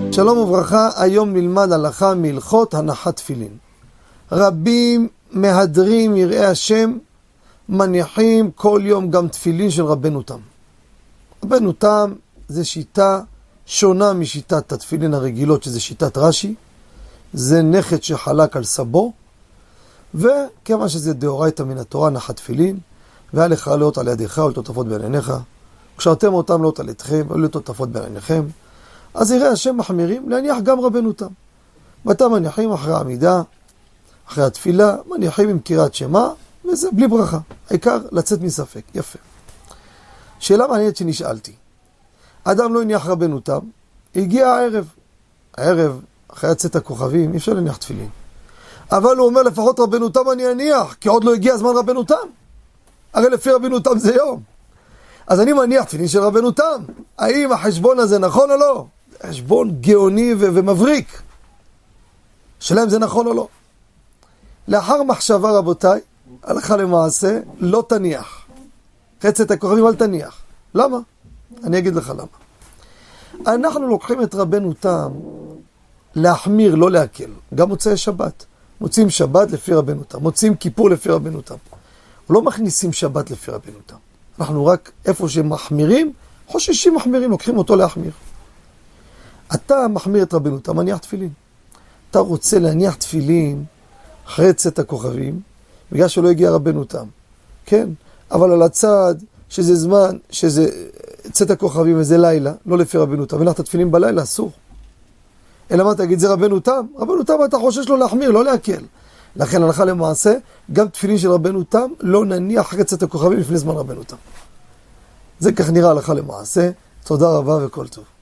שלום וברכה, היום נלמד הלכה מהלכות הנחת תפילין. רבים מהדרים יראי השם מניחים כל יום גם תפילין של רבנו תם. רבנו תם זה שיטה שונה משיטת התפילין הרגילות, שזה שיטת רש"י. זה נכד שחלק על סבו, וכמה שזה דאורייתא מן התורה נחת תפילין, והיה לך לאות על ידיך ולטוטפות בין עיניך, כשאתם אותם לאות על ידכם ולטוטפות בין עיניכם. אז יראי השם מחמירים להניח גם רבנו תם. ואתם מניחים אחרי העמידה, אחרי התפילה, מניחים עם קריאת שמע, וזה בלי ברכה. העיקר לצאת מספק. יפה. שאלה מעניינת שנשאלתי. אדם לא הניח רבנו תם, הגיע הערב, אחרי צאת הכוכבים, אי אפשר להניח תפילין. אבל הוא אומר לפחות רבנו תם אני אניח, כי עוד לא הגיע זמן רבנו תם. הרי לפי רבנו תם זה יום. אז אני מניח תפילין של רבנו תם. האם החשבון הזה נכון או לא? חשבון גאוני ומבריק. שאלה אם זה נכון או לא. לאחר מחשבה רבותיי, הלכה למעשה, לא תניח. חצת הכוכבים אל תניח. למה? אני אגיד לך למה. אנחנו לוקחים את רבנו תם להחמיר, לא להקל. גם מוצאי שבת. מוצאים שבת לפי רבנו תם. מוצאים כיפור לפי רבנו תם. לא מכניסים שבת לפי רבנו תם. אנחנו רק איפה שמחמירים, חוששים מחמירים, לוקחים אותו להחמיר. אתה מחמיר את רבנו תם, מניח תפילין. אתה רוצה להניח תפילין אחרי צאת הכוכבים, בגלל שלא הגיע רבנו תם. כן, אבל על הצד שזה זמן, שזה צאת הכוכבים וזה לילה, לא לפי רבנו תם. מניח את התפילין בלילה, אסור. אלא מה תגיד, זה רבנו תם? רבנו תם אתה חושש לו להחמיר, לא להקל. לכן הלכה למעשה, גם תפילין של רבנו תם לא נניח אחרי צאת הכוכבים לפני זמן רבנו תם. זה כך נראה הלכה למעשה. תודה רבה וכל טוב.